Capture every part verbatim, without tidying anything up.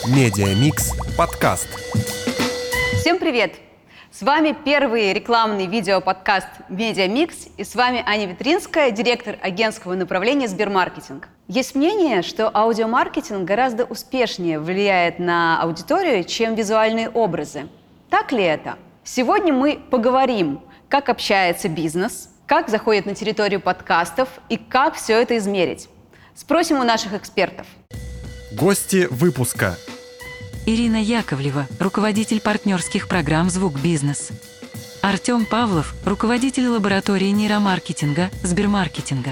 Медиамикс подкаст. Всем привет! С вами первый рекламный видеоподкаст Медиамикс, и с вами Аня Витринская, директор агентского направления Сбермаркетинг. Есть мнение, что аудиомаркетинг гораздо успешнее влияет на аудиторию, чем визуальные образы. Так ли это? Сегодня мы поговорим, как общается бизнес, как заходит на территорию подкастов и как все это измерить. Спросим у наших экспертов. Гости выпуска. Ирина Яковлева, руководитель партнерских программ «Звук-бизнес». Артем Павлов, руководитель лаборатории нейромаркетинга Сбермаркетинга.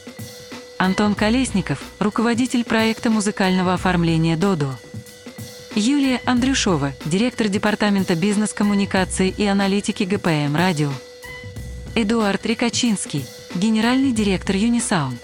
Антон Колесников, руководитель проекта музыкального оформления «Додо». Юлия Андрюшова, директор департамента бизнес-коммуникации и аналитики ГПМ «Радио». Эдуард Рикачинский, генеральный директор «Юнисаунд».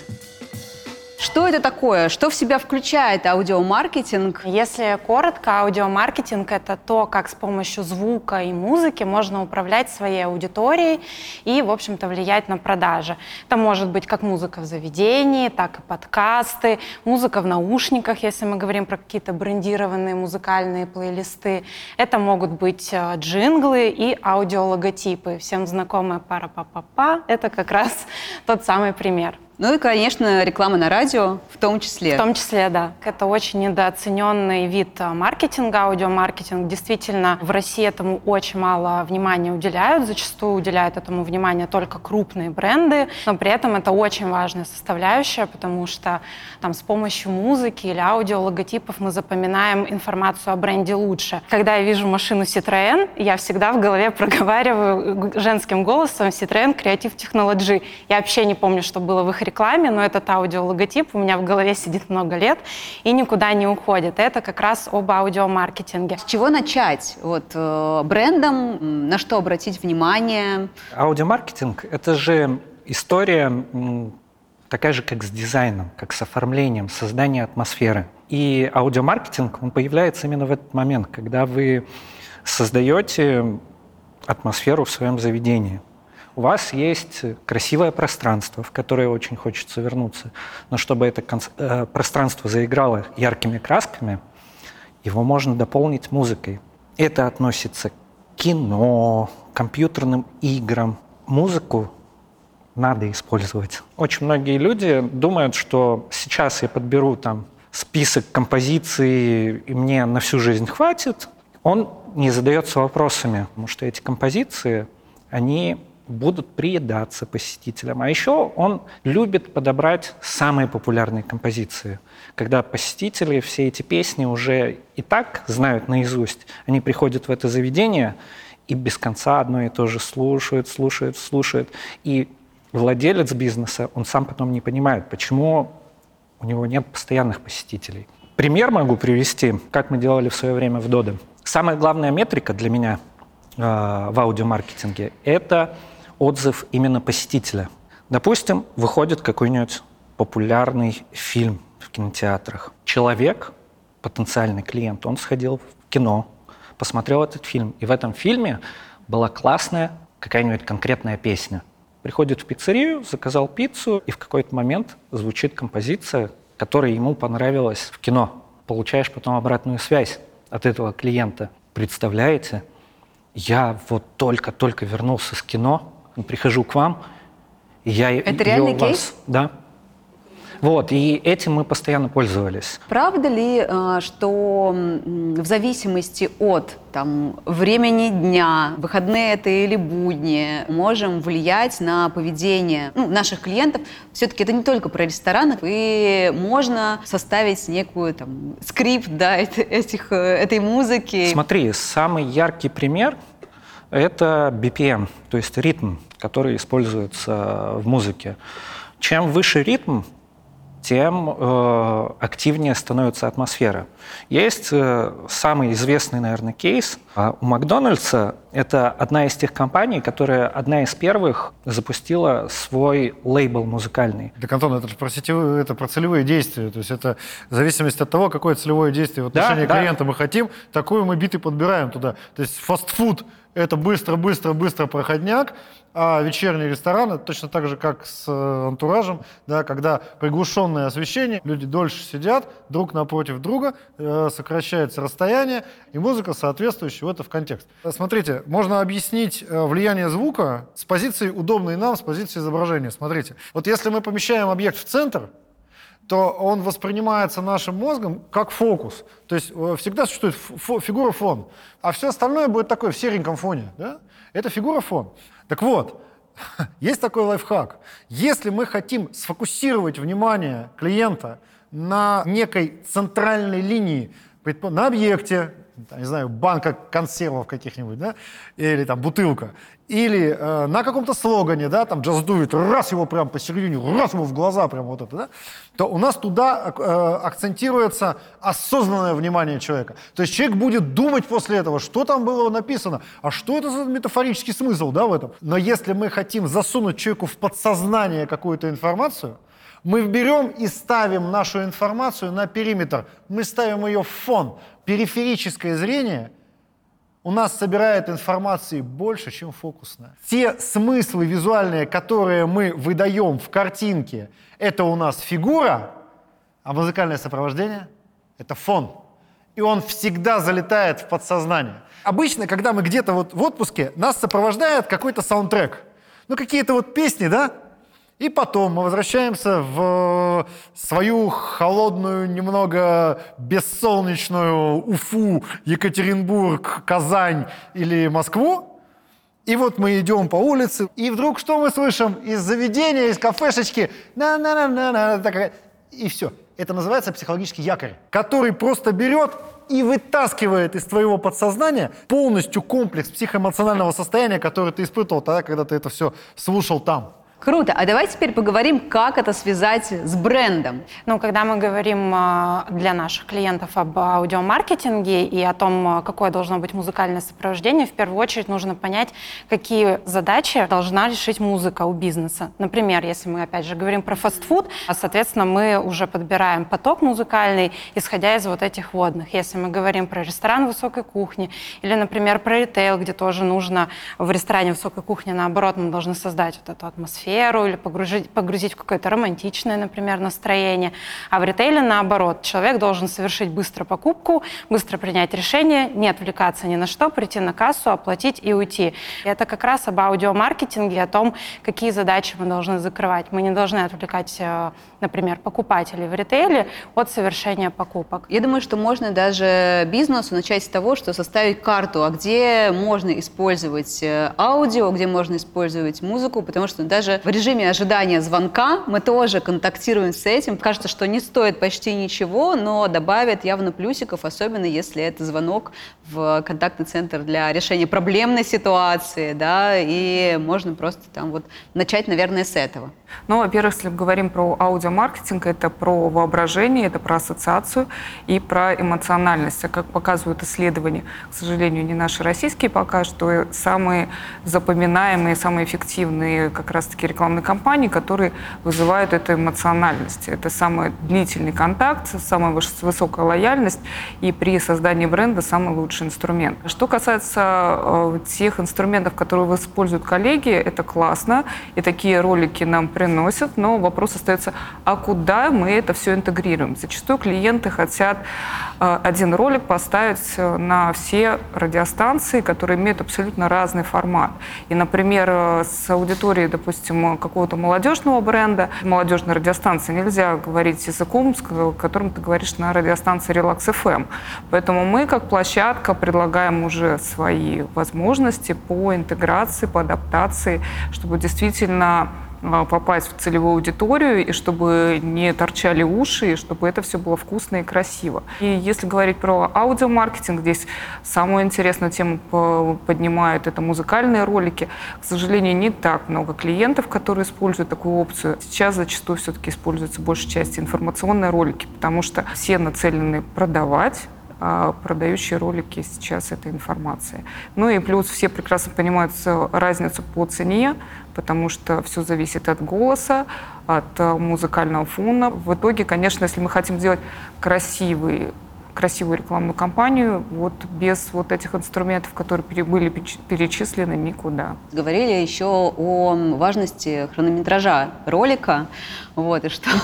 Что это такое? Что в себя включает аудиомаркетинг? Если коротко, аудиомаркетинг — это то, как с помощью звука и музыки можно управлять своей аудиторией и, в общем-то, влиять на продажи. Это может быть как музыка в заведении, так и подкасты, музыка в наушниках, если мы говорим про какие-то брендированные музыкальные плейлисты. Это могут быть джинглы и аудиологотипы. Всем знакомая пара-па-па-па — это как раз тот самый пример. Ну и, конечно, реклама на радио в том числе. В том числе, да. Это очень недооцененный вид маркетинга, аудиомаркетинг. Действительно, в России этому очень мало внимания уделяют. Зачастую уделяют этому внимание только крупные бренды. Но при этом это очень важная составляющая, потому что там, с помощью музыки или аудиологотипов мы запоминаем информацию о бренде лучше. Когда я вижу машину Citroën, я всегда в голове проговариваю женским голосом Citroën Creative Technology. Я вообще не помню, что было в их рекламе, но этот аудиологотип у меня в голове сидит много лет и никуда не уходит. Это как раз об аудиомаркетинге. С чего начать? Вот э, брендом, на что обратить внимание? Аудиомаркетинг — это же история м, такая же, как с дизайном, как с оформлением, созданием атмосферы. И аудиомаркетинг, он появляется именно в этот момент, когда вы создаете атмосферу в своем заведении. У вас есть красивое пространство, в которое очень хочется вернуться, но чтобы это конс- э, пространство заиграло яркими красками, его можно дополнить музыкой. Это относится к кино, компьютерным играм. Музыку надо использовать. Очень многие люди думают, что сейчас я подберу там список композиций, и мне на всю жизнь хватит. Он не задается вопросами, потому что эти композиции, они будут приедаться посетителям. А еще он любит подобрать самые популярные композиции. Когда посетители все эти песни уже и так знают наизусть, они приходят в это заведение и без конца одно и то же слушают, слушают, слушают. И владелец бизнеса, он сам потом не понимает, почему у него нет постоянных посетителей. Пример могу привести, как мы делали в свое время в Додо. Самая главная метрика для меня э, в аудиомаркетинге – это отзыв именно посетителя. Допустим, выходит какой-нибудь популярный фильм в кинотеатрах. Человек, потенциальный клиент, он сходил в кино, посмотрел этот фильм, и в этом фильме была классная какая-нибудь конкретная песня. Приходит в пиццерию, заказал пиццу, и в какой-то момент звучит композиция, которая ему понравилась в кино. Получаешь потом обратную связь от этого клиента. Представляете? Я вот только-только вернулся с кино, прихожу к вам, и я Это реальный у вас, кейс? Да. Вот, и этим мы постоянно пользовались. Правда ли, что в зависимости от там, времени дня, выходные это или будни, можем влиять на поведение ну, наших клиентов? Все-таки это не только про рестораны, и можно составить некую там, скрипт да, этих, этой музыки. Смотри, самый яркий пример — это би пи эм, то есть ритм, который используется в музыке. Чем выше ритм, тем э, активнее становится атмосфера. Есть э, самый известный, наверное, кейс. У Макдональдса это одна из тех компаний, которая одна из первых запустила свой лейбл музыкальный. Так, Антон, это же про сетевые, это про целевые действия. То есть это в зависимости от того, какое целевое действие в отношении да, клиента да. мы хотим, такую мы биты подбираем туда. То есть фастфуд – это быстро-быстро-быстро проходняк, а вечерний ресторан – это точно так же, как с антуражем, да, когда приглушенное освещение, люди дольше сидят друг напротив друга, э, сокращается расстояние, и музыка соответствующая в это в контекст. Смотрите, можно объяснить влияние звука с позиции удобной нам, с позиции изображения. Смотрите, вот если мы помещаем объект в центр, то он воспринимается нашим мозгом как фокус. То есть всегда существует фигура-фон, а все остальное будет такое в сереньком фоне. Да? Это фигура-фон. Так вот, есть такой лайфхак. Если мы хотим сфокусировать внимание клиента на некой центральной линии, на объекте, не знаю, банка консервов каких-нибудь, да, или там бутылка, или э, на каком-то слогане, да, там Just Do It, раз его прям посередине, раз ему в глаза прям вот это, да, то у нас туда э, акцентируется осознанное внимание человека. То есть человек будет думать после этого, что там было написано, а что это за метафорический смысл, да, в этом. Но если мы хотим засунуть человеку в подсознание какую-то информацию, мы берем и ставим нашу информацию на периметр, мы ставим ее в фон. Периферическое зрение у нас собирает информации больше, чем фокусное. Те смыслы визуальные, которые мы выдаем в картинке, это у нас фигура, а музыкальное сопровождение — это фон. И он всегда залетает в подсознание. Обычно, когда мы где-то вот в отпуске, нас сопровождает какой-то саундтрек. Ну, какие-то вот песни, да? И потом мы возвращаемся в свою холодную, немного бессолнечную Уфу, Екатеринбург, Казань или Москву. И вот мы идем по улице, и вдруг что мы слышим? Из заведения, из кафешечки, на-на-на-на-на, такая, и все. Это называется психологический якорь, который просто берет и вытаскивает из твоего подсознания полностью комплекс психоэмоционального состояния, которое ты испытывал тогда, когда ты это все слушал там. Круто. А давайте теперь поговорим, как это связать с брендом. Ну, когда мы говорим для наших клиентов об аудиомаркетинге и о том, какое должно быть музыкальное сопровождение, в первую очередь нужно понять, какие задачи должна решить музыка у бизнеса. Например, если мы, опять же, говорим про фастфуд, соответственно, мы уже подбираем поток музыкальный, исходя из вот этих вводных. Если мы говорим про ресторан высокой кухни или, например, про ритейл, где тоже нужно в ресторане высокой кухни, наоборот, мы должны создать вот эту атмосферу, или погрузить, погрузить в какое-то романтичное, например, настроение. А в ритейле, наоборот, человек должен совершить быстро покупку, быстро принять решение, не отвлекаться ни на что, прийти на кассу, оплатить и уйти. И это как раз об аудиомаркетинге, о том, какие задачи мы должны закрывать. Мы не должны отвлекать, например, покупателей в ритейле от совершения покупок. Я думаю, что можно даже бизнесу начать с того, что составить карту, а где можно использовать аудио, где можно использовать музыку, потому что даже в режиме ожидания звонка мы тоже контактируем с этим. Кажется, что не стоит почти ничего, но добавит явно плюсиков, особенно если это звонок в контактный центр для решения проблемной ситуации, да, и можно просто там вот начать, наверное, с этого. Ну, во-первых, если мы говорим про аудиомаркетинг, это про воображение, это про ассоциацию и про эмоциональность. А как показывают исследования, к сожалению, не наши российские пока что, самые запоминаемые, самые эффективные как раз-таки рекламные кампании, которые вызывают эту эмоциональность. Это самый длительный контакт, самая высокая лояльность и при создании бренда самый лучший инструмент. Что касается э, тех инструментов, которые используют коллеги, это классно, и такие ролики нам приносят, но вопрос остается, а куда мы это все интегрируем? Зачастую клиенты хотят э, один ролик поставить на все радиостанции, которые имеют абсолютно разный формат. И, например, с аудиторией, допустим, какого-то молодежного бренда, молодежной радиостанции нельзя говорить языком, с которым ты говоришь на радиостанции Relax эф эм. Поэтому мы, как площадка, предлагаем уже свои возможности по интеграции, по адаптации, чтобы действительно попасть в целевую аудиторию, и чтобы не торчали уши, и чтобы это все было вкусно и красиво. И если говорить про аудиомаркетинг, здесь самую интересную тему поднимают это музыкальные ролики. К сожалению, не так много клиентов, которые используют такую опцию. Сейчас зачастую все-таки используются большей части информационные ролики, потому что все нацелены продавать, продающие ролики сейчас этой информации. Ну и плюс все прекрасно понимают разницу по цене, потому что все зависит от голоса, от музыкального фона. В итоге, конечно, если мы хотим делать красивый красивую рекламную кампанию, вот без вот этих инструментов, которые были перечислены, никуда. Говорили еще о важности хронометража ролика, вот, и что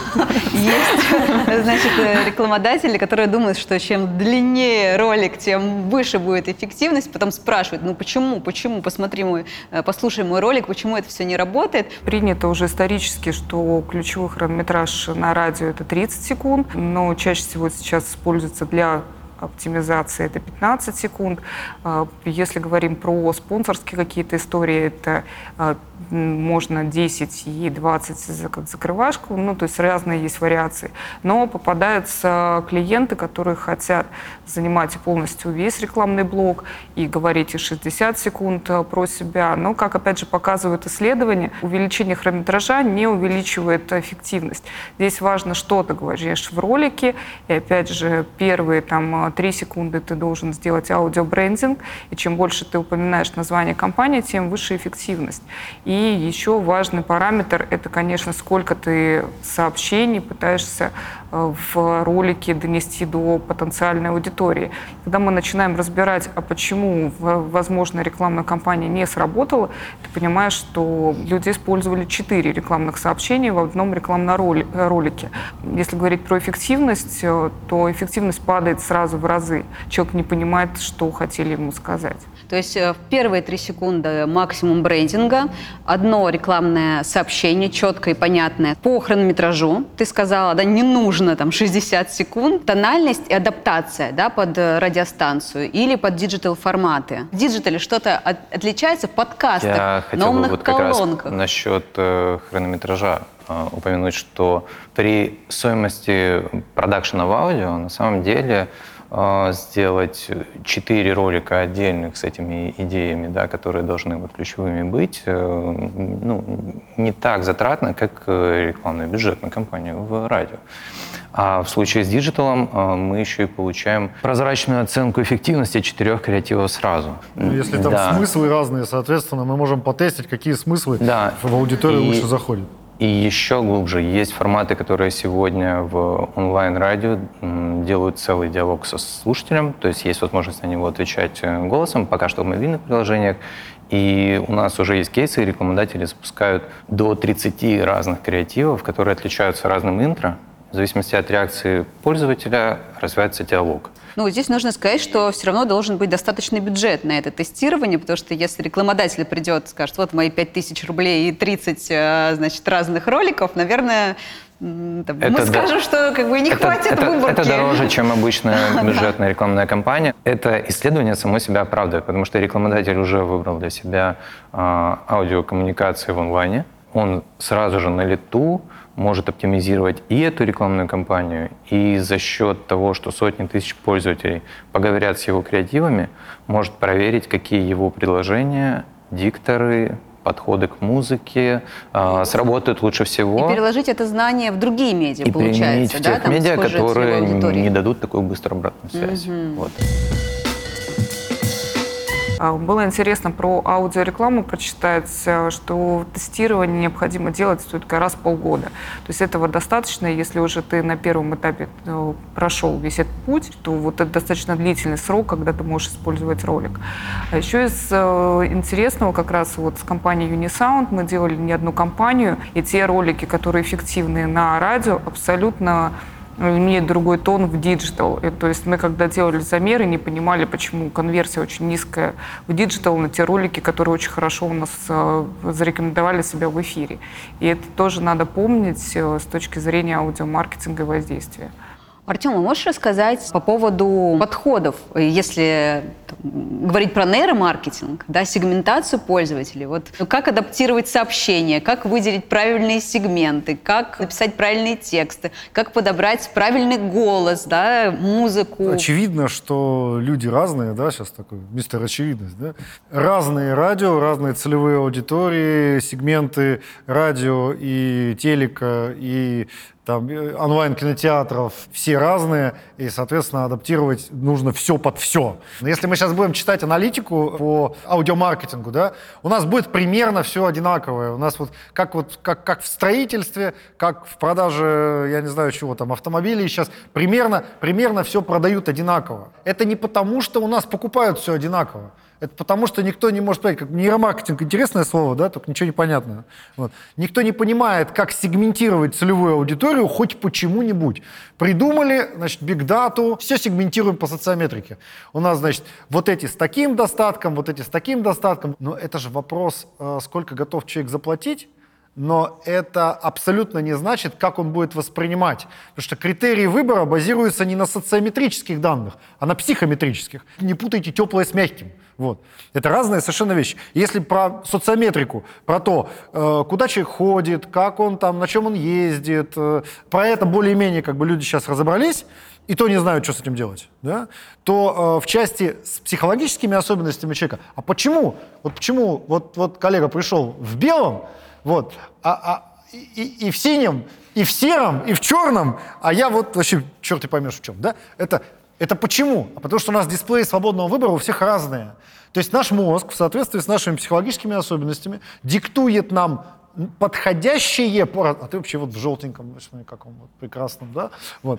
есть, значит, рекламодатели, которые думают, что чем длиннее ролик, тем выше будет эффективность, потом спрашивают, ну почему, почему, посмотри мой, послушай мой ролик, почему это все не работает. Принято уже исторически, что ключевой хронометраж на радио это тридцать секунд, но чаще всего сейчас используется для оптимизации это пятнадцать секунд. Если говорим про спонсорские какие-то истории, это можно десять и двадцать как закрывашку, ну, то есть разные есть вариации. Но попадаются клиенты, которые хотят занимать полностью весь рекламный блок и говорить и шестьдесят секунд про себя. Но, как опять же показывают исследования, увеличение хронометража не увеличивает эффективность. Здесь важно, что ты говоришь в ролике, и опять же первые там три секунды ты должен сделать аудиобрендинг, и чем больше ты упоминаешь название компании, тем выше эффективность. И еще важный параметр – это, конечно, сколько ты сообщений пытаешься в ролике донести до потенциальной аудитории. Когда мы начинаем разбирать, а почему, возможно, рекламная кампания не сработала, ты понимаешь, что люди использовали четыре рекламных сообщения в одном рекламном ролике. Если говорить про эффективность, то эффективность падает сразу в разы. Человек не понимает, что хотели ему сказать. То есть в первые три секунды максимум брендинга, одно рекламное сообщение, четкое и понятное. По хронометражу, ты сказала, да, не нужно там шестьдесят секунд. Тональность и адаптация, да, под радиостанцию или под диджитал-форматы. В диджитале что-то от, отличается в подкастах, Я на умных вот колонках. Как раз насчет э, хронометража э, упомянуть, что при стоимости продакшена в аудио на самом деле сделать четыре ролика отдельных с этими идеями, да, которые должны вот ключевыми быть, ну, не так затратно, как рекламная бюджетная кампания в радио. А в случае с диджиталом мы еще и получаем прозрачную оценку эффективности четырех креативов сразу. Ну, если там да. смыслы разные, соответственно, мы можем потестить, какие смыслы да. в аудиторию и... лучше заходят. И еще глубже. Есть форматы, которые сегодня в онлайн-радио делают целый диалог со слушателем, то есть есть возможность на него отвечать голосом, пока что в мобильных приложениях. И у нас уже есть кейсы, и рекламодатели запускают до тридцати разных креативов, которые отличаются разным интро. В зависимости от реакции пользователя развивается диалог. Ну, здесь нужно сказать, что все равно должен быть достаточный бюджет на это тестирование, потому что если рекламодатель придет и скажет, вот мои пять тысяч рублей и тридцать, значит, разных роликов, наверное, там, мы да, скажем, что как бы не это, хватит это, выборки. Это дороже, чем обычная бюджетная рекламная кампания. Это исследование само себя оправдывает, потому что рекламодатель уже выбрал для себя э, аудиокоммуникации в онлайне. Он сразу же на лету может оптимизировать и эту рекламную кампанию, и за счет того, что сотни тысяч пользователей поговорят с его креативами, может проверить, какие его предложения, дикторы, подходы к музыке э, сработают лучше всего. И переложить это знание в другие медиа, и получается. И применить в тех да, медиа, которые не дадут такую быструю обратную связь. Mm-hmm. Вот. Было интересно про аудиорекламу прочитать, что тестирование необходимо делать только раз в полгода. То есть этого достаточно, если уже ты на первом этапе прошел весь этот путь, то вот это достаточно длительный срок, когда ты можешь использовать ролик. А еще из интересного как раз вот с компанией Unisound мы делали не одну кампанию, и те ролики, которые эффективны на радио, абсолютно имеет другой тон в диджитал. То есть мы, когда делали замеры, не понимали, почему конверсия очень низкая в диджитал на те ролики, которые очень хорошо у нас зарекомендовали себя в эфире. И это тоже надо помнить с точки зрения аудиомаркетинга и воздействия. Артем, а можешь рассказать по поводу подходов, если там, говорить про нейромаркетинг, да, сегментацию пользователей, вот, как адаптировать сообщения, как выделить правильные сегменты, как написать правильные тексты, как подобрать правильный голос, да, музыку? Очевидно, что люди разные, да, сейчас такой мистер очевидность, да, разные радио, разные целевые аудитории, сегменты радио и телека, и там онлайн-кинотеатров, все разные, и, соответственно, адаптировать нужно все под все. Но если мы сейчас будем читать аналитику по аудиомаркетингу, да, у нас будет примерно все одинаковое. У нас вот как, вот как, как в строительстве, как в продаже, я не знаю чего там, автомобилей сейчас, примерно, примерно все продают одинаково. Это не потому, что у нас покупают все одинаково. Это потому, что никто не может понять, как нейромаркетинг, интересное слово, да, только ничего не понятно. Вот. Никто не понимает, как сегментировать целевую аудиторию хоть почему-нибудь. Придумали, значит, бигдату, все сегментируем по социометрике. У нас, значит, вот эти с таким достатком, вот эти с таким достатком. Но это же вопрос, сколько готов человек заплатить. Но это абсолютно не значит, как он будет воспринимать. Потому что критерии выбора базируются не на социометрических данных, а на психометрических. Не путайте теплое с мягким. Вот. Это разные совершенно вещи. Если про социометрику, про то, куда человек ходит, как он там, на чем он ездит, про это более-менее как бы люди сейчас разобрались, и то не знают, что с этим делать, да? То в части с психологическими особенностями человека, а почему? Вот почему вот, вот коллега пришел в белом, вот, а, а, и, и в синем, и в сером, и в черном, а я вот вообще черт и поймешь в чем, да? Это, это почему? А потому что у нас дисплеи свободного выбора у всех разные. То есть наш мозг в соответствии с нашими психологическими особенностями диктует нам подходящие, а ты вообще вот в желтеньком, каком вот прекрасном, да? Вот.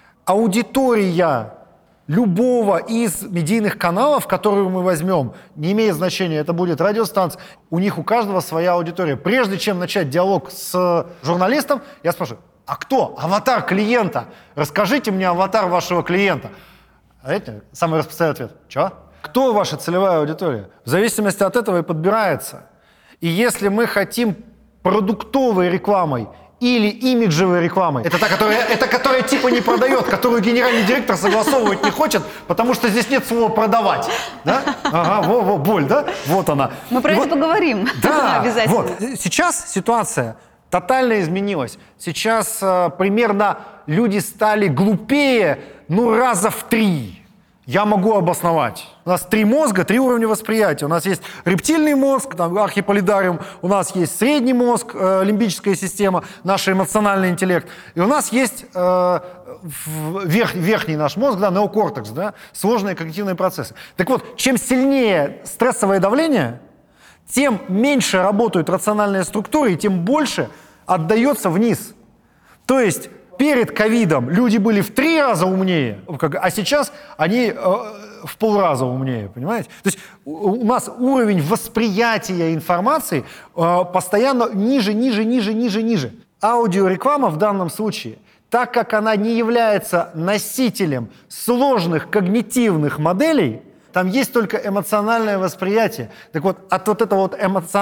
Аудитория любого из медийных каналов, которую мы возьмем, не имеет значения, это будет радиостанция, у них у каждого своя аудитория. Прежде чем начать диалог с журналистом, я спрашиваю, а кто? Аватар клиента. Расскажите мне аватар вашего клиента. А это самый распространенный ответ. Чего? Кто ваша целевая аудитория? В зависимости от этого и подбирается. И если мы хотим продуктовой рекламой или имиджевой рекламой, это та, которая, это которая типа не продает, которую генеральный директор согласовывать не хочет, потому что здесь нет слова «продавать». Да? Ага, во, во, боль, да? Вот она. Мы про и это вот, поговорим. Да, обязательно. Вот. Сейчас ситуация тотально изменилась. Сейчас э, примерно люди стали глупее, ну, раза в три. Я могу обосновать. У нас три мозга, три уровня восприятия. У нас есть рептильный мозг, там, архиполидариум, у нас есть средний мозг, э, лимбическая система, наш эмоциональный интеллект. И у нас есть э, верх, верхний наш мозг, да, неокортекс, да, сложные когнитивные процессы. Так вот, чем сильнее стрессовое давление, тем меньше работают рациональные структуры, и тем больше отдается вниз. То есть перед ковидом люди были в три раза умнее, а сейчас они э, в полраза умнее, понимаете? То есть у нас уровень восприятия информации э, постоянно ниже, ниже, ниже, ниже, ниже. Аудиореклама в данном случае, так как она не является носителем сложных когнитивных моделей, там есть только эмоциональное восприятие. Так вот, от вот этого вот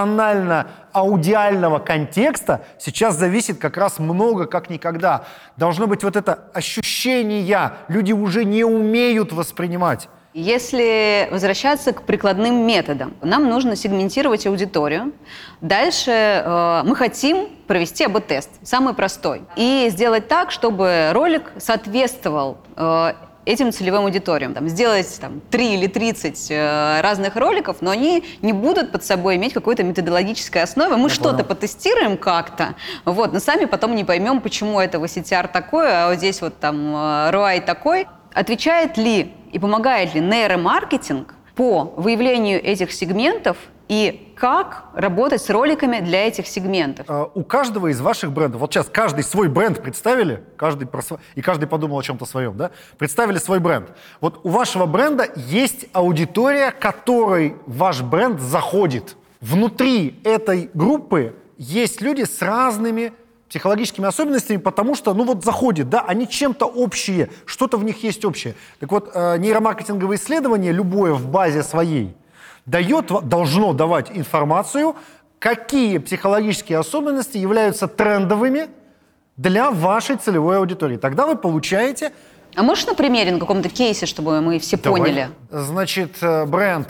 эмоционально-аудиального контекста сейчас зависит как раз много, как никогда. Должно быть вот это ощущение. Люди уже не умеют воспринимать. Если возвращаться к прикладным методам, нам нужно сегментировать аудиторию. Дальше э, мы хотим провести эй би тест, самый простой, и сделать так, чтобы ролик соответствовал э, этим целевым аудиториям. Там, сделать там, три или тридцать э, разных роликов, но они не будут под собой иметь какой-то методологической основы. Мы Я что-то понял. потестируем как-то, вот, но сами потом не поймем, почему это в си ти ар такое, а вот здесь вот там э, эр о ай такой. Отвечает ли и помогает ли нейромаркетинг по выявлению этих сегментов и как работать с роликами для этих сегментов? У каждого из ваших брендов, вот сейчас каждый свой бренд представили, каждый про св... и каждый подумал о чем-то своем, да? Представили свой бренд. Вот у вашего бренда есть аудитория, которой ваш бренд заходит. Внутри этой группы есть люди с разными психологическими особенностями, потому что, ну вот заходит, да, они чем-то общие, что-то в них есть общее. Так вот, нейромаркетинговое исследование, любое в базе своей, дает, должно давать информацию, какие психологические особенности являются трендовыми для вашей целевой аудитории. Тогда вы получаете... А можешь на примере, на каком-то кейсе, чтобы мы все Давай. поняли? Значит, бренд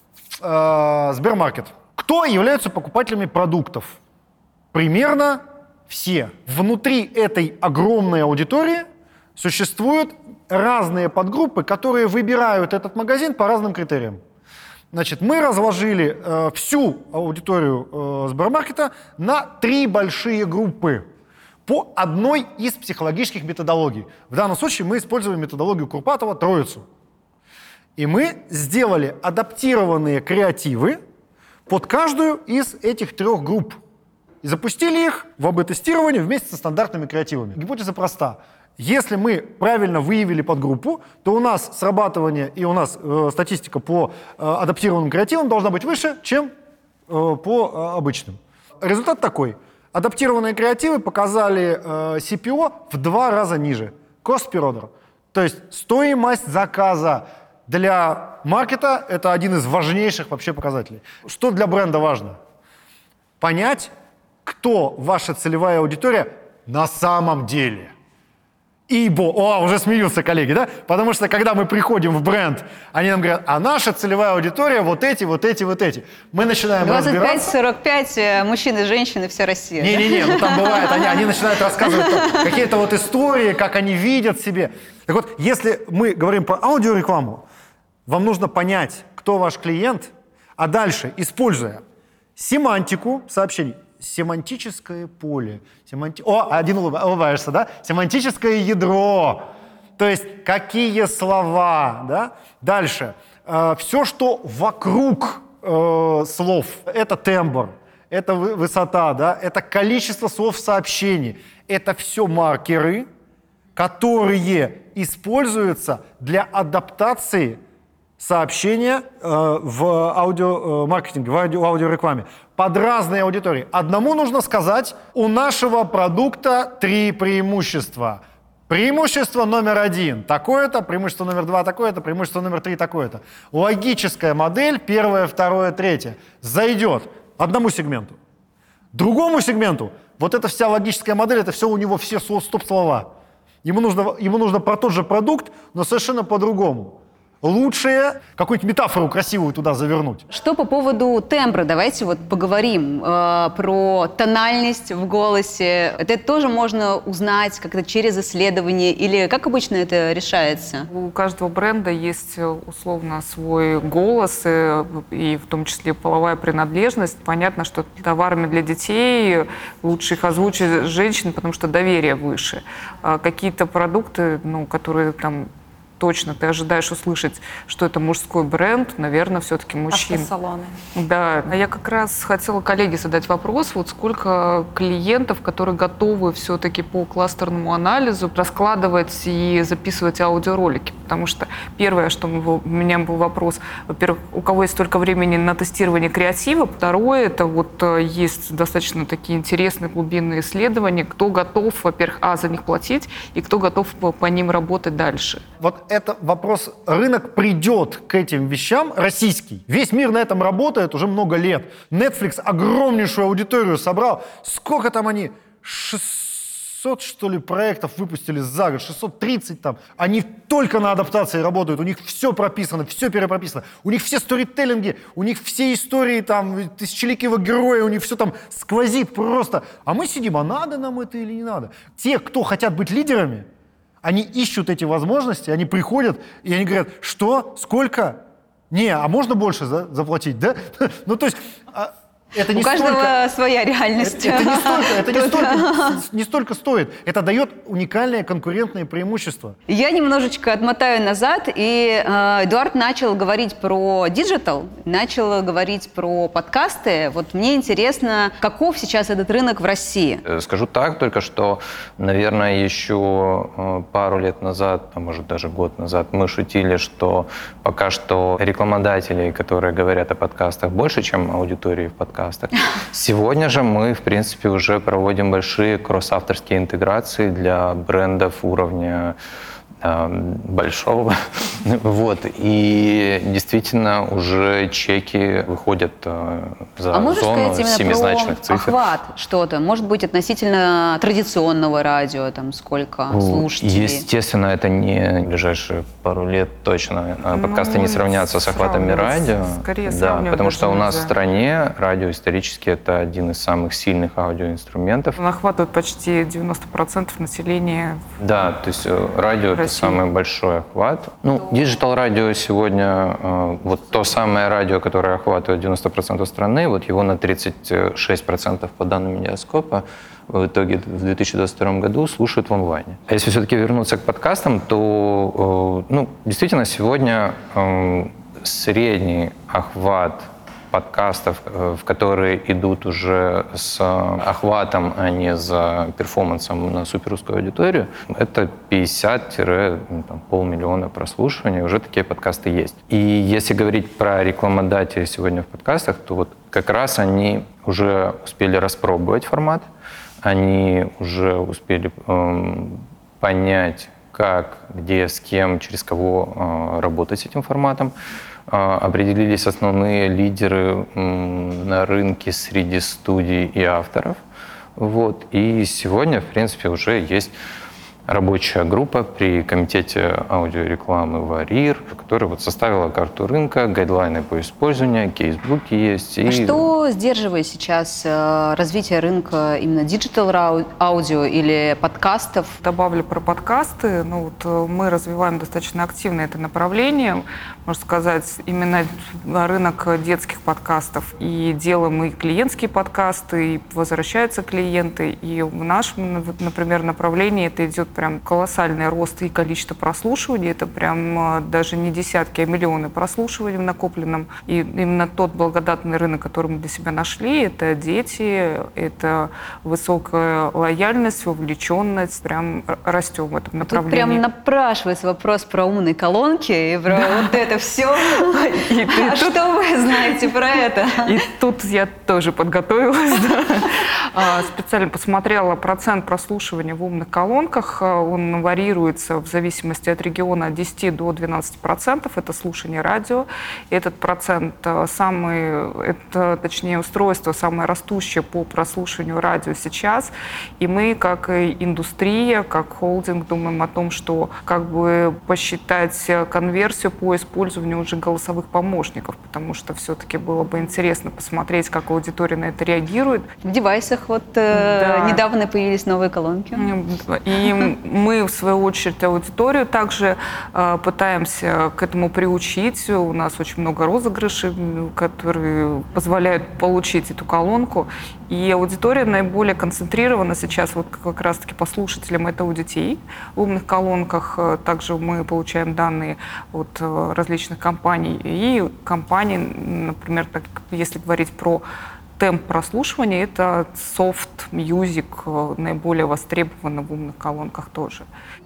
э, Сбермаркет. Кто являются покупателями продуктов? Примерно все. Внутри этой огромной аудитории существуют разные подгруппы, которые выбирают этот магазин по разным критериям. Значит, мы разложили э, всю аудиторию э, Сбермаркета на три большие группы. по одной из психологических методологий. В данном случае мы используем методологию Курпатова «Троицу». И мы сделали адаптированные креативы под каждую из этих трех групп. И запустили их в АБ-тестирование вместе со стандартными креативами. Гипотеза проста. Если мы правильно выявили подгруппу, то у нас срабатывание и у нас э, статистика по э, адаптированным креативам должна быть выше, чем э, по э, обычным. Результат такой. Адаптированные креативы показали э, си пи о в два раза ниже. Cost per order. То есть стоимость заказа для маркета – это один из важнейших вообще показателей. Что для бренда важно? Понять, кто ваша целевая аудитория на самом деле. Ибо, о, уже смеются коллеги, да? Потому что, когда мы приходим в бренд, они нам говорят, а наша целевая аудитория вот эти, вот эти, вот эти. Мы начинаем двадцать пять разбираться. сорок пять мужчин и женщин, вся Россия. Не-не-не, ну там бывает, они, они начинают рассказывать там, какие-то вот истории, как они видят себе. Так вот, если мы говорим про аудиорекламу, вам нужно понять, кто ваш клиент, а дальше, используя семантику сообщений, семантическое поле. Семанти... О, один улыбаешься, да? Семантическое ядро. То есть какие слова, да? Дальше. Э, все, что вокруг э, слов. Это тембр, это высота, да? Это количество слов в сообщении. Это все маркеры, которые используются для адаптации сообщения э, в аудиомаркетинге, в аудио, аудиорекламе под разные аудитории. Одному нужно сказать, у нашего продукта три преимущества. Преимущество номер один такое-то, преимущество номер два такое-то, преимущество номер три такое-то. Логическая модель, первое, второе, третье, зайдет одному сегменту. Другому сегменту, вот эта вся логическая модель, это все у него все стоп-слова. Ему нужно, ему нужно про тот же продукт, но совершенно по-другому. Лучше какую-нибудь метафору красивую туда завернуть. Что по поводу тембра? Давайте вот поговорим э, про тональность в голосе. Это тоже можно узнать как-то через исследование или как обычно это решается? У каждого бренда есть условно свой голос, и, и в том числе половая принадлежность. Понятно, что товарами для детей лучше их озвучить женщин, потому что доверие выше. А какие-то продукты, ну, которые там точно ты ожидаешь услышать, что это мужской бренд, наверное, все-таки мужчин. Автосалоны. Да. А я как раз хотела коллеге задать вопрос, вот сколько клиентов, которые готовы все-таки по кластерному анализу раскладывать и записывать аудиоролики. Потому что первое, что у меня был вопрос, во-первых, у кого есть столько времени на тестирование креатива, второе, это вот есть достаточно такие интересные глубинные исследования, кто готов, во-первых, а, за них платить, и кто готов по, по ним работать дальше. Вот это вопрос, рынок придет к этим вещам, российский. Весь мир на этом работает уже много лет. Netflix огромнейшую аудиторию собрал. Сколько там они? шестьсот, что ли, проектов выпустили за год, шестьсот тридцать там. Они только на адаптации работают, у них все прописано, все перепрописано. У них все сторителлинги, у них все истории там, тысячеликого героя, у них все там сквозит просто. А мы сидим, а надо нам это или не надо? Те, кто хотят быть лидерами, они ищут эти возможности, они приходят, и они говорят, что, сколько? Не, а можно больше за, заплатить, да? Ну, то есть... Это не У каждого столько, своя реальность. Это, это, не, столько, это не, столько, не столько стоит. Это дает уникальное конкурентное преимущество. Я немножечко отмотаю назад, и э, Эдуард начал говорить про диджитал, начал говорить про подкасты. Вот мне интересно, каков сейчас этот рынок в России? Скажу так только, что, наверное, еще пару лет назад, а может даже год назад, мы шутили, что пока что рекламодателей, которые говорят о подкастах, больше, чем аудитории в подкастах. Сегодня же мы, в принципе, уже проводим большие кросс-авторские интеграции для брендов уровня э, большого. Вот. И действительно уже чеки выходят э, за а можешь зону сказать семизначных цифр. Охват что-то? Может быть, относительно традиционного радио, там сколько слушателей? Естественно, это не в ближайшие пару лет точно. Подкасты ну, не сравнятся с охватами радио. Скорее да, потому что у нас нельзя. в стране радио исторически это один из самых сильных аудиоинструментов. Он охватывает почти девяносто процентов населения. Да, то есть радио — это самый большой охват. Ну, диджитал радио сегодня, э, вот то самое радио, которое охватывает девяносто процентов страны, вот его на тридцать шесть процентов по данным Медиаскопа в итоге в две тысячи двадцать втором году слушают в онлайне. А если все-таки вернуться к подкастам, то э, ну, действительно сегодня э, средний охват подкастов, в которые идут уже с охватом, а не за перформансом на суперузкую аудиторию, это пятьдесят полмиллиона прослушиваний, уже такие подкасты есть. И если говорить про рекламодателей сегодня в подкастах, то вот как раз они уже успели распробовать формат, они уже успели эм, понять, как, где, с кем, через кого э, работать с этим форматом. Определились основные лидеры на рынке среди студий и авторов. Вот. И сегодня, в принципе, уже есть рабочая группа при комитете аудиорекламы ВАРИР, которая вот составила карту рынка, гайдлайны по использованию, кейсбуки есть. И... А что сдерживает сейчас развитие рынка именно диджитал-аудио или подкастов? Добавлю про подкасты. Ну, вот мы развиваем достаточно активно это направление. Можно сказать, именно рынок детских подкастов. И делаем и клиентские подкасты, и возвращаются клиенты. И в нашем, например, направлении это идет прям колоссальный рост и количество прослушиваний. Это прям даже не десятки, а миллионы прослушиваний в накопленном. И именно тот благодатный рынок, который мы для себя нашли, это дети, это высокая лояльность, вовлеченность. Прям растем в этом направлении. Тут прям напрашивается вопрос про умные колонки и про вот это все. А что вы знаете про это? И тут я тоже подготовилась. Специально посмотрела процент прослушивания в умных колонках. Он варьируется в зависимости от региона от десяти до двенадцати процентов. Это слушание радио. Этот процент самый, это, точнее, устройство самое растущее по прослушиванию радио сейчас. И мы, как индустрия, как холдинг, думаем о том, что как бы посчитать конверсию по использованию уже голосовых помощников, потому что все-таки было бы интересно посмотреть, как аудитория на это реагирует. В девайсах вот да. э, недавно появились новые колонки. И мы, в свою очередь, аудиторию также э, пытаемся к этому приучить. У нас очень много розыгрышей, которые позволяют получить эту колонку. И аудитория наиболее концентрирована сейчас вот как раз-таки по слушателям. Это у детей. В умных колонках также мы получаем данные от различных компаний. И компании, например, так, если говорить про темп прослушивания, это soft music, наиболее востребовано в умных колонках тоже.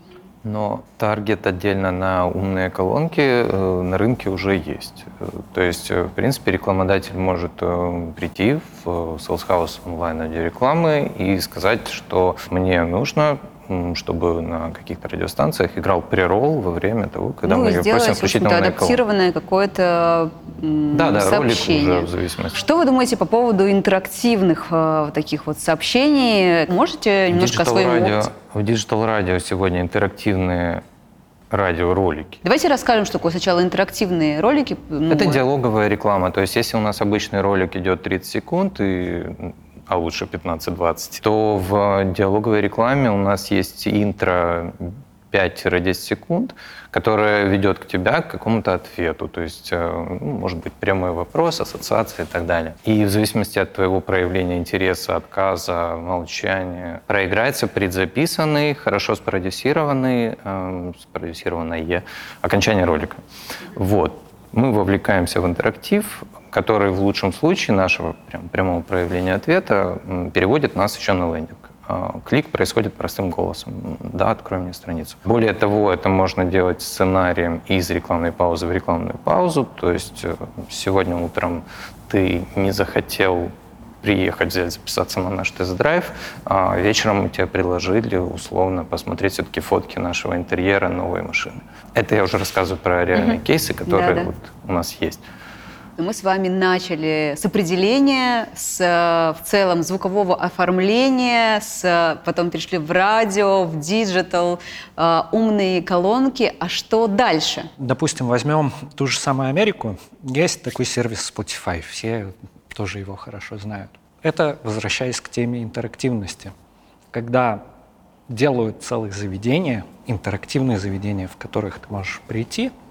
Но таргет отдельно на умные колонки э, на рынке уже есть. То есть, в принципе, рекламодатель может э, прийти в Sales House онлайн-аудиорекламы и сказать, что мне нужно, чтобы на каких-то радиостанциях играл преролл во время того, когда ну, мы ее просим включить на умные колонки. адаптированное какое-то да, да, сообщение. Ролик уже в зависимости. Что вы думаете по поводу интерактивных э, таких вот сообщений? Можете немножко о своем опыте? В диджитал-радио сегодня интерактивные радиоролики. Давайте расскажем, что такое сначала интерактивные ролики. Это диалоговая реклама. То есть если у нас обычный ролик идет тридцать секунд, и а лучше пятнадцать-двадцать, то в диалоговой рекламе у нас есть интро пять-десять секунд, которая ведет к тебя к какому-то ответу. То есть, ну, может быть, прямой вопрос, ассоциация и так далее. И в зависимости от твоего проявления интереса, отказа, молчания, проиграется предзаписанный, хорошо спродюсированный, э, спродюсированное окончание ролика. Вот. Мы вовлекаемся в интерактив, который в лучшем случае нашего прям, прямого проявления ответа переводит нас еще на лендинг. Клик происходит простым голосом. Да, открой мне страницу. Более того, это можно делать сценарием из рекламной паузы в рекламную паузу. То есть сегодня утром ты не захотел приехать, взять, записаться на наш тест-драйв, а вечером мы тебе предложили условно посмотреть все-таки фотки нашего интерьера новой машины. Это я уже рассказываю про реальные mm-hmm. кейсы, которые да, да. Вот у нас есть. Мы с вами начали с определения, с в целом звукового оформления, с, потом перешли в радио, в диджитал, э, умные колонки. А что дальше? Допустим, возьмем ту же самую Америку. Есть такой сервис Spotify, все тоже его хорошо знают. Это, возвращаясь к теме интерактивности, когда делают целые заведения, интерактивные заведения, в которых ты можешь прийти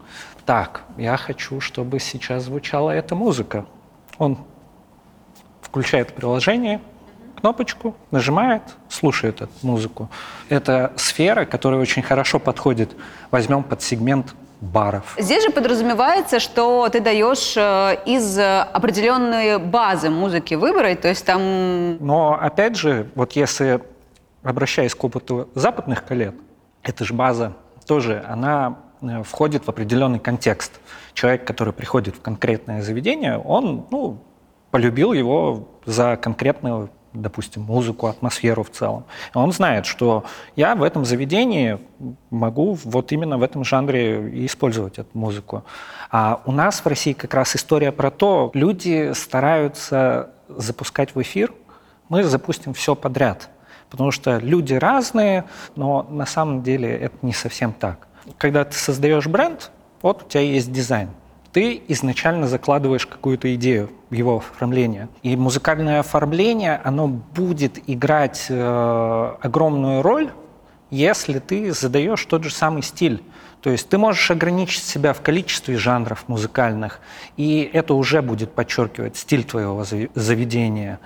Так, я хочу, чтобы сейчас звучала эта музыка. Он включает приложение, кнопочку, нажимает, слушает эту музыку. Это сфера, которая очень хорошо подходит. Возьмем под сегмент баров. Здесь же подразумевается, что ты даешь из определенной базы музыки выбрать, то есть там... Но опять же, вот если, обращаясь к опыту западных коллег, эта же база тоже, она входит в определенный контекст. Человек, который приходит в конкретное заведение, он, ну, полюбил его за конкретную, допустим, музыку, атмосферу в целом. Он знает, что я в этом заведении могу вот именно в этом жанре и использовать эту музыку. А у нас в России как раз история про то, люди стараются запускать в эфир, мы запустим все подряд. Потому что люди разные, но на самом деле это не совсем так. Когда ты создаешь бренд, вот у тебя есть дизайн. Ты изначально закладываешь какую-то идею в его оформление. И музыкальное оформление, оно будет играть э, огромную роль, если ты задаешь тот же самый стиль. То есть ты можешь ограничить себя в количестве жанров музыкальных, и это уже будет подчеркивать стиль твоего заведения.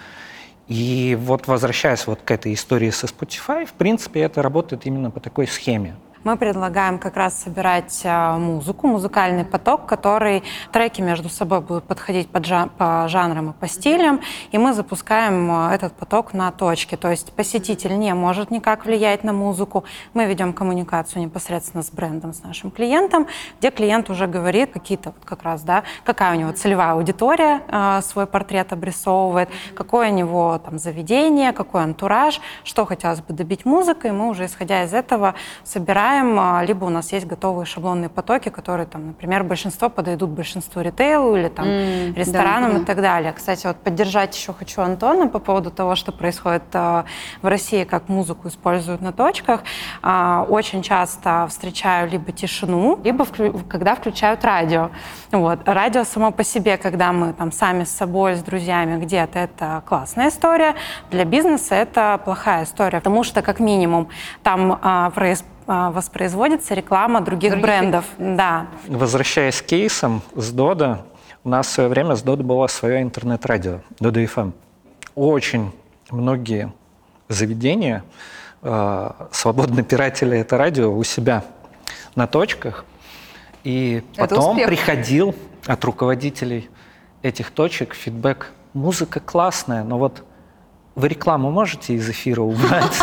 И вот возвращаясь вот к этой истории со Spotify, в принципе, это работает именно по такой схеме. Мы предлагаем как раз собирать музыку, музыкальный поток, который треки между собой будут подходить под жан- по жанрам и по стилям, и мы запускаем этот поток на точке. То есть посетитель не может никак влиять на музыку. Мы ведем коммуникацию непосредственно с брендом, с нашим клиентом, где клиент уже говорит какие-то вот как раз, да, какая у него целевая аудитория, свой портрет обрисовывает, какое у него там заведение, какой антураж, что хотелось бы добить музыкой, и мы уже исходя из этого собираем. Либо у нас есть готовые шаблонные потоки, которые, там, например, большинство подойдут большинству ритейлу или там, mm, ресторанам, да, и так далее. Кстати, вот поддержать еще хочу Антона по поводу того, что происходит в России, как музыку используют на точках. Очень часто встречаю либо тишину, либо вклю- когда включают радио. Вот. Радио само по себе, когда мы там сами с собой, с друзьями где-то, это классная история. Для бизнеса это плохая история, потому что, как минимум, там а, происходит воспроизводится реклама других, других брендов. Да. Возвращаясь к кейсам с Дода, у нас в свое время с Дода было свое интернет-радио, Дода эф эм. Очень многие заведения э, свободно пиратили это радио у себя на точках, и это потом успех. Приходил от руководителей этих точек фидбэк: музыка классная, но вот вы рекламу можете из эфира убрать?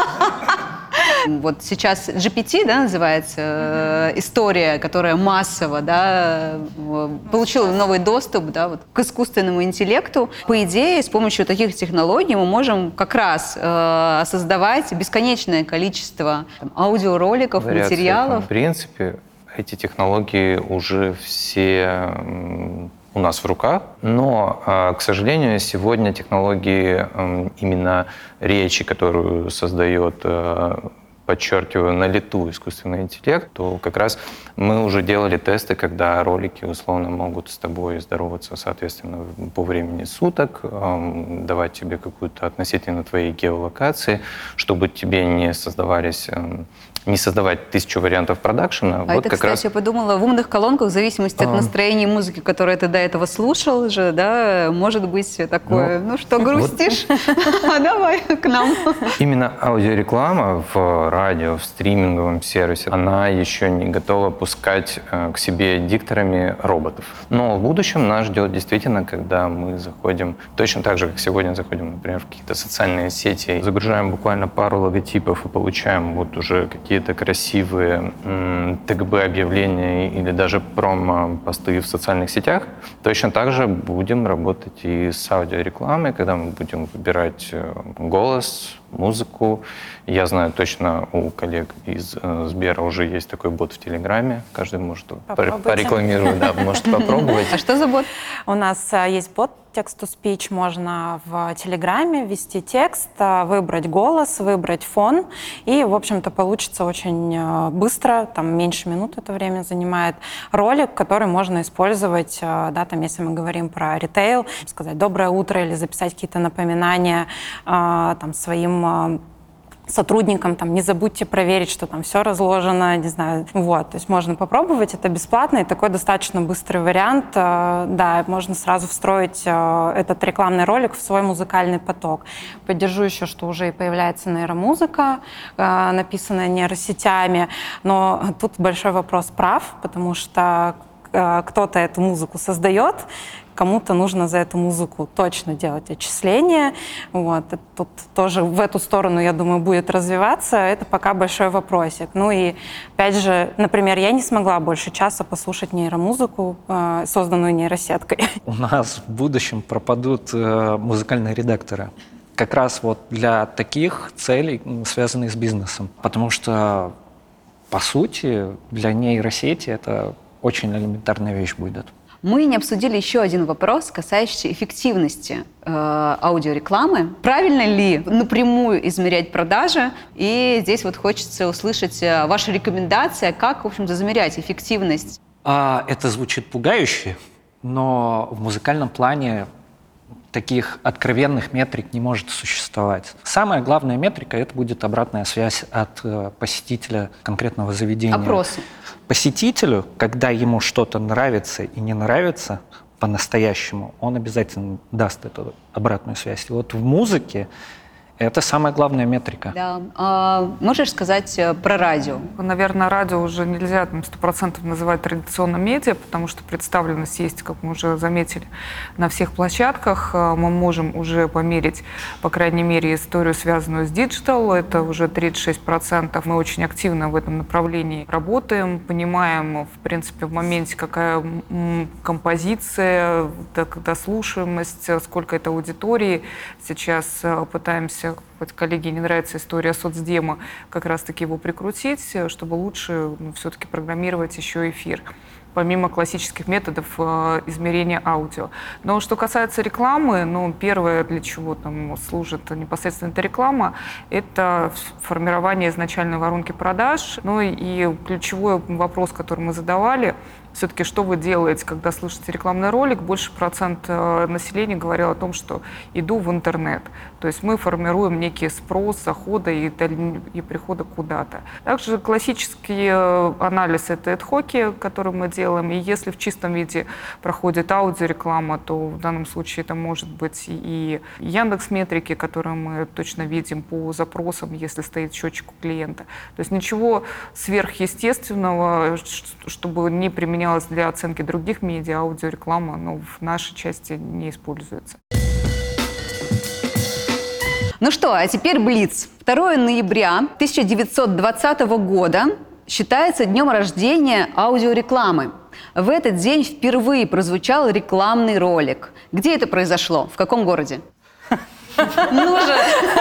Вот сейчас джи пи ти, да, называется, mm-hmm. история, которая массово, да, получила новый доступ, да, вот, к искусственному интеллекту. По идее, с помощью таких технологий мы можем как раз э, создавать бесконечное количество там, аудиороликов, вариации, материалов. В принципе, эти технологии уже все у нас в руках, но, к сожалению, сегодня технологии именно речи, которую создает, подчеркиваю, на лету искусственный интеллект, то как раз мы уже делали тесты, когда ролики условно могут с тобой здороваться, соответственно, по времени суток, давать тебе какую-то относительно твоей геолокации, чтобы тебе не создавались... не создавать тысячу вариантов продакшена. А вот это, как кстати, раз... я подумала, в умных колонках, в зависимости а... от настроения музыки, которую ты до этого слушал же, да, может быть такое, ну, ну что, грустишь? А давай к нам. Именно аудиореклама в радио, в стриминговом сервисе, она еще не готова пускать к себе дикторами роботов. Но в будущем нас ждет действительно, когда мы заходим, точно так же, как сегодня заходим, например, в какие-то социальные сети, загружаем буквально пару логотипов и получаем вот уже какие какие-то красивые м, тэ гэ бэ-объявления или даже промо-посты в социальных сетях, точно так же будем работать и с аудиорекламой, когда мы будем выбирать голос, музыку. Я знаю точно, у коллег из э, Сбера уже есть такой бот в Телеграме. Каждый может порекламировать, да, может попробовать. А что за бот? У нас есть бот Text-to-Speech. Можно в Телеграме ввести текст, выбрать голос, выбрать фон. И, в общем-то, получится очень быстро, там меньше минут это время занимает, ролик, который можно использовать, да, там, если мы говорим про ритейл, сказать «доброе утро» или записать какие-то напоминания там, своим сотрудникам, там, не забудьте проверить, что там все разложено, не знаю, вот, то есть можно попробовать, это бесплатно, и такой достаточно быстрый вариант, да, можно сразу встроить этот рекламный ролик в свой музыкальный поток. Поддержу еще, что уже и появляется нейромузыка, написанная нейросетями, но тут большой вопрос прав, потому что кто-то эту музыку создает, кому-то нужно за эту музыку точно делать отчисления. Вот. Тут тоже в эту сторону, я думаю, будет развиваться. Это пока большой вопросик. Ну и, опять же, например, я не смогла больше часа послушать нейромузыку, созданную нейросеткой. У нас в будущем пропадут музыкальные редакторы. Как раз вот для таких целей, связанных с бизнесом. Потому что, по сути, для нейросети это очень элементарная вещь будет. Мы не обсудили еще один вопрос, касающийся эффективности э, аудиорекламы. Правильно ли напрямую измерять продажи? И здесь вот хочется услышать ваши рекомендации, как, в общем-то, замерять эффективность. А, это звучит пугающе, но в музыкальном плане таких откровенных метрик не может существовать. Самая главная метрика – это будет обратная связь от э, посетителя конкретного заведения. Опросы. Посетителю, когда ему что-то нравится и не нравится по-настоящему, он обязательно даст эту обратную связь. И вот в музыке это самая главная метрика. Да. А можешь сказать про радио? Наверное, радио уже нельзя сто процентов называть традиционным медиа, потому что представленность есть, как мы уже заметили, на всех площадках. Мы можем уже померить, по крайней мере, историю, связанную с диджитал. Это уже тридцать шесть процентов. Мы очень активно в этом направлении работаем, понимаем, в принципе, в моменте, какая композиция, дослушиваемость, сколько это аудитории. Сейчас пытаемся, хоть коллеге не нравится история соцдема, как раз-таки его прикрутить, чтобы лучше ну, все-таки программировать еще эфир, помимо классических методов э, измерения аудио. Но что касается рекламы, ну, первое, для чего там служит непосредственно эта реклама, это формирование изначальной воронки продаж. Ну и ключевой вопрос, который мы задавали, все-таки что вы делаете, когда слышите рекламный ролик? Больше процент населения говорил о том, что иду в интернет. То есть мы формируем некий спрос захода и, и прихода куда-то. Также классический анализ — это эд-хоки, который мы делаем. И если в чистом виде проходит аудиореклама, то в данном случае это может быть и Яндекс.Метрики, которые мы точно видим по запросам, если стоит счетчик у клиента. То есть ничего сверхъестественного, чтобы не применять для оценки других медиа, аудиореклама, но в нашей части не используется. Ну что, а теперь блиц. второго ноября тысяча девятьсот двадцатого года считается днем рождения аудиорекламы. В этот день впервые прозвучал рекламный ролик. Где это произошло? В каком городе? Ну же,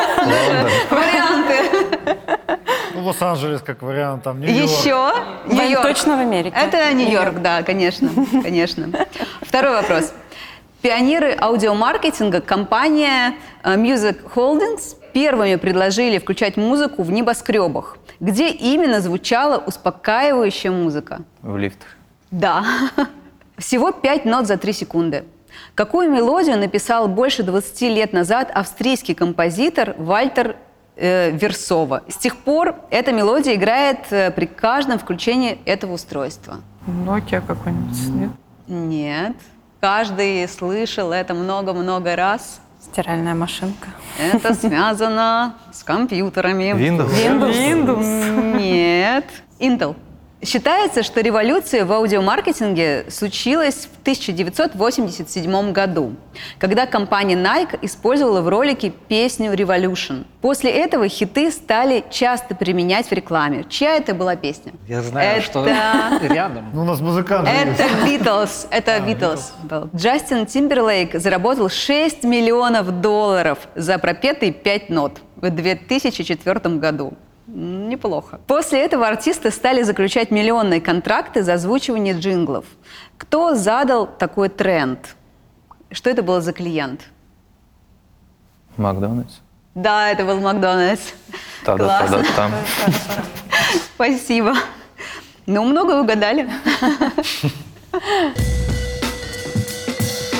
варианты. Ну, Лос-Анджелес как вариант, там Нью-Йорк. Еще? Нью-Йорк. Точно в Америке. Это Нью-Йорк, да, конечно, конечно. Второй вопрос. Пионеры аудиомаркетинга, компания Music Holdings, первыми предложили включать музыку в небоскребах. Где именно звучала успокаивающая музыка? В лифтах. Да. Всего пять нот за три секунды. Какую мелодию написал больше двадцати лет назад австрийский композитор Вальтер э, Версова? С тех пор эта мелодия играет э, при каждом включении этого устройства. Nokia какой-нибудь, нет? Нет. Каждый слышал это много-много раз. Стиральная машинка. Это связано с компьютерами. Windows. Windows. Нет. Intel. Считается, что революция в аудиомаркетинге случилась в тысяча девятьсот восемьдесят седьмом году, когда компания Nike использовала в ролике песню Revolution. После этого хиты стали часто применять в рекламе. Чья это была песня? Я знаю, это... что рядом. Ну, у нас музыканты Это есть. Beatles. Это А, Beatles. был. Джастин Тимберлейк заработал шесть миллионов долларов за пропетые пять нот в две тысячи четвёртом году. Неплохо. После этого артисты стали заключать миллионные контракты за озвучивание джинглов. Кто задал такой тренд? Что это был за клиент? Макдональдс. Да, это был Макдональдс. Та-да-та-да там. Спасибо. Ну, много угадали.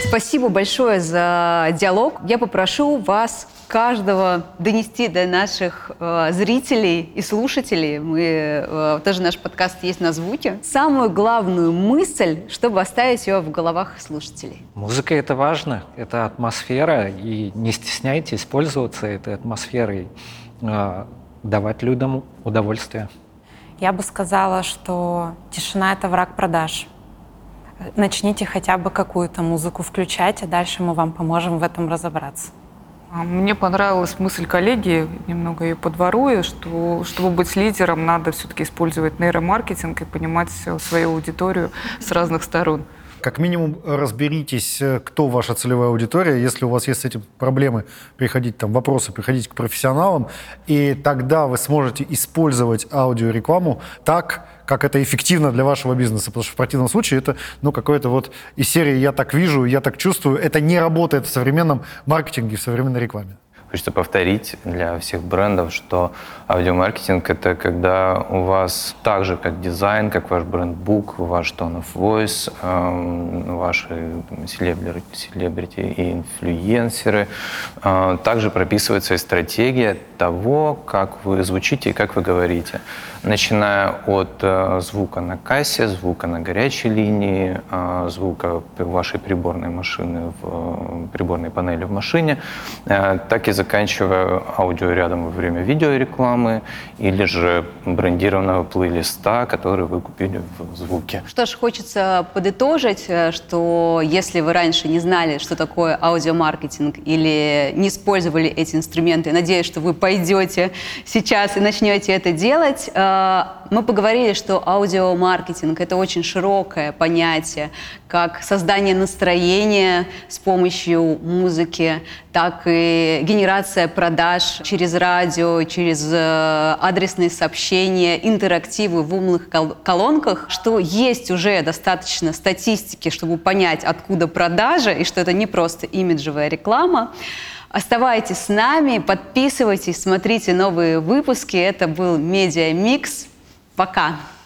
Спасибо большое за диалог. Я попрошу вас каждого донести до наших э, зрителей и слушателей, мы, э, тоже наш подкаст есть на звуке, самую главную мысль, чтобы оставить ее в головах слушателей. Музыка — это важно, это атмосфера, и не стесняйтесь пользоваться этой атмосферой, э, давать людям удовольствие. Я бы сказала, что тишина — это враг продаж. Начните хотя бы какую-то музыку включать, а дальше мы вам поможем в этом разобраться. Мне понравилась мысль коллеги, немного ее подворую, что чтобы быть лидером, надо все-таки использовать нейромаркетинг и понимать свою аудиторию с разных сторон. Как минимум разберитесь, кто ваша целевая аудитория. Если у вас есть с этим проблемы, приходите, там, вопросы, приходите к профессионалам, и тогда вы сможете использовать аудиорекламу так, как это эффективно для вашего бизнеса. Потому что в противном случае это ну, какое-то вот из серии «я так вижу», «я так чувствую». Это не работает в современном маркетинге, в современной рекламе. Хочется повторить для всех брендов, что аудиомаркетинг — это когда у вас так же, как дизайн, как ваш брендбук, ваш tone of voice, э, ваши селебрити и инфлюенсеры, э, также прописывается и стратегия того, как вы звучите и как вы говорите. Начиная от э, звука на кассе, звука на горячей линии, э, звука вашей приборной машины в э, приборной панели в машине, э, так и заканчивая аудиорядом во время видеорекламы или же брендированного плейлиста, который вы купили в звуке. Что ж, хочется подытожить, что если вы раньше не знали, что такое аудиомаркетинг или не использовали эти инструменты, надеюсь, что вы пойдете сейчас и начнете это делать. Мы поговорили, что аудиомаркетинг — это очень широкое понятие, как создание настроения с помощью музыки, так и генерация продаж через радио, через адресные сообщения, интерактивы в умных колонках, что есть уже достаточно статистики, чтобы понять, откуда продажа, и что это не просто имиджевая реклама. Оставайтесь с нами, подписывайтесь, смотрите новые выпуски. Это был Медиа Микс. Пока!